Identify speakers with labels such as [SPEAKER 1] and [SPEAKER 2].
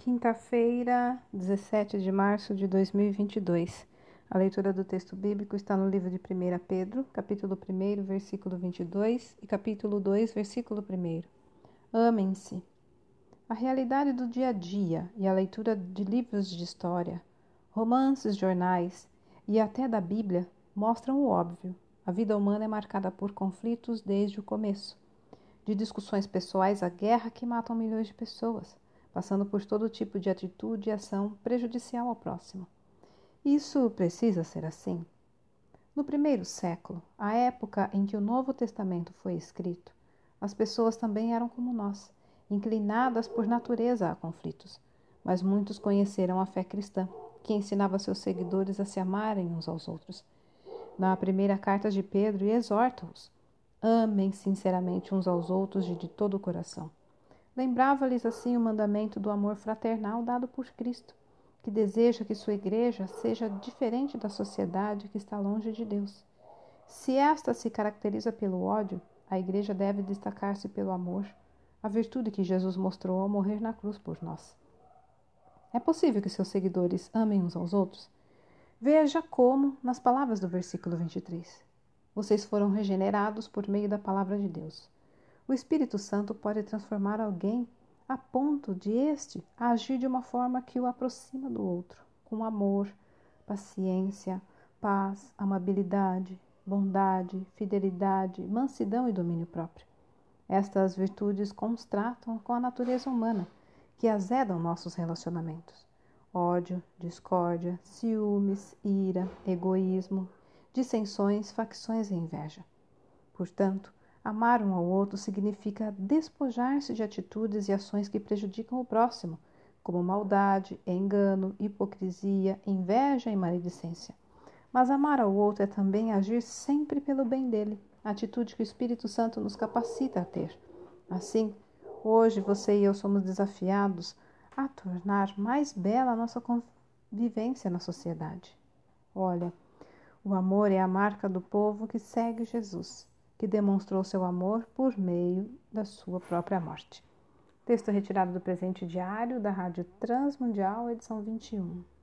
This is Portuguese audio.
[SPEAKER 1] Quinta-feira, 17 de março de 2022. A leitura do texto bíblico está no livro de 1 Pedro, capítulo 1, versículo 22 e capítulo 2, versículo 1. Amem-se. A realidade do dia a dia e a leitura de livros de história, romances, jornais e até da Bíblia mostram o óbvio. A vida humana é marcada por conflitos desde o começo. De discussões pessoais à guerra que matam milhões de pessoas, passando por todo tipo de atitude e ação prejudicial ao próximo. Isso precisa ser assim? No primeiro século, a época em que o Novo Testamento foi escrito, as pessoas também eram como nós, inclinadas por natureza a conflitos, mas muitos conheceram a fé cristã, que ensinava seus seguidores a se amarem uns aos outros. Na primeira carta de Pedro, exorta-os: amem sinceramente uns aos outros de todo o coração. Lembrava-lhes assim o mandamento do amor fraternal dado por Cristo, que deseja que sua igreja seja diferente da sociedade que está longe de Deus. Se esta se caracteriza pelo ódio, a igreja deve destacar-se pelo amor, a virtude que Jesus mostrou ao morrer na cruz por nós. É possível que seus seguidores amem uns aos outros? Veja como, nas palavras do versículo 23, vocês foram regenerados por meio da palavra de Deus. O Espírito Santo pode transformar alguém a ponto de este agir de uma forma que o aproxima do outro, com amor, paciência, paz, amabilidade, bondade, fidelidade, mansidão e domínio próprio. Estas virtudes contrastam com a natureza humana, que azedam nossos relacionamentos. Ódio, discórdia, ciúmes, ira, egoísmo, dissensões, facções e inveja. Portanto, amar um ao outro significa despojar-se de atitudes e ações que prejudicam o próximo, como maldade, engano, hipocrisia, inveja e maledicência. Mas amar ao outro é também agir sempre pelo bem dele, atitude que o Espírito Santo nos capacita a ter. Assim, hoje você e eu somos desafiados a tornar mais bela a nossa convivência na sociedade. Olha, o amor é a marca do povo que segue Jesus, que demonstrou seu amor por meio da sua própria morte. Texto retirado do Presente Diário da Rádio Transmundial, edição 21.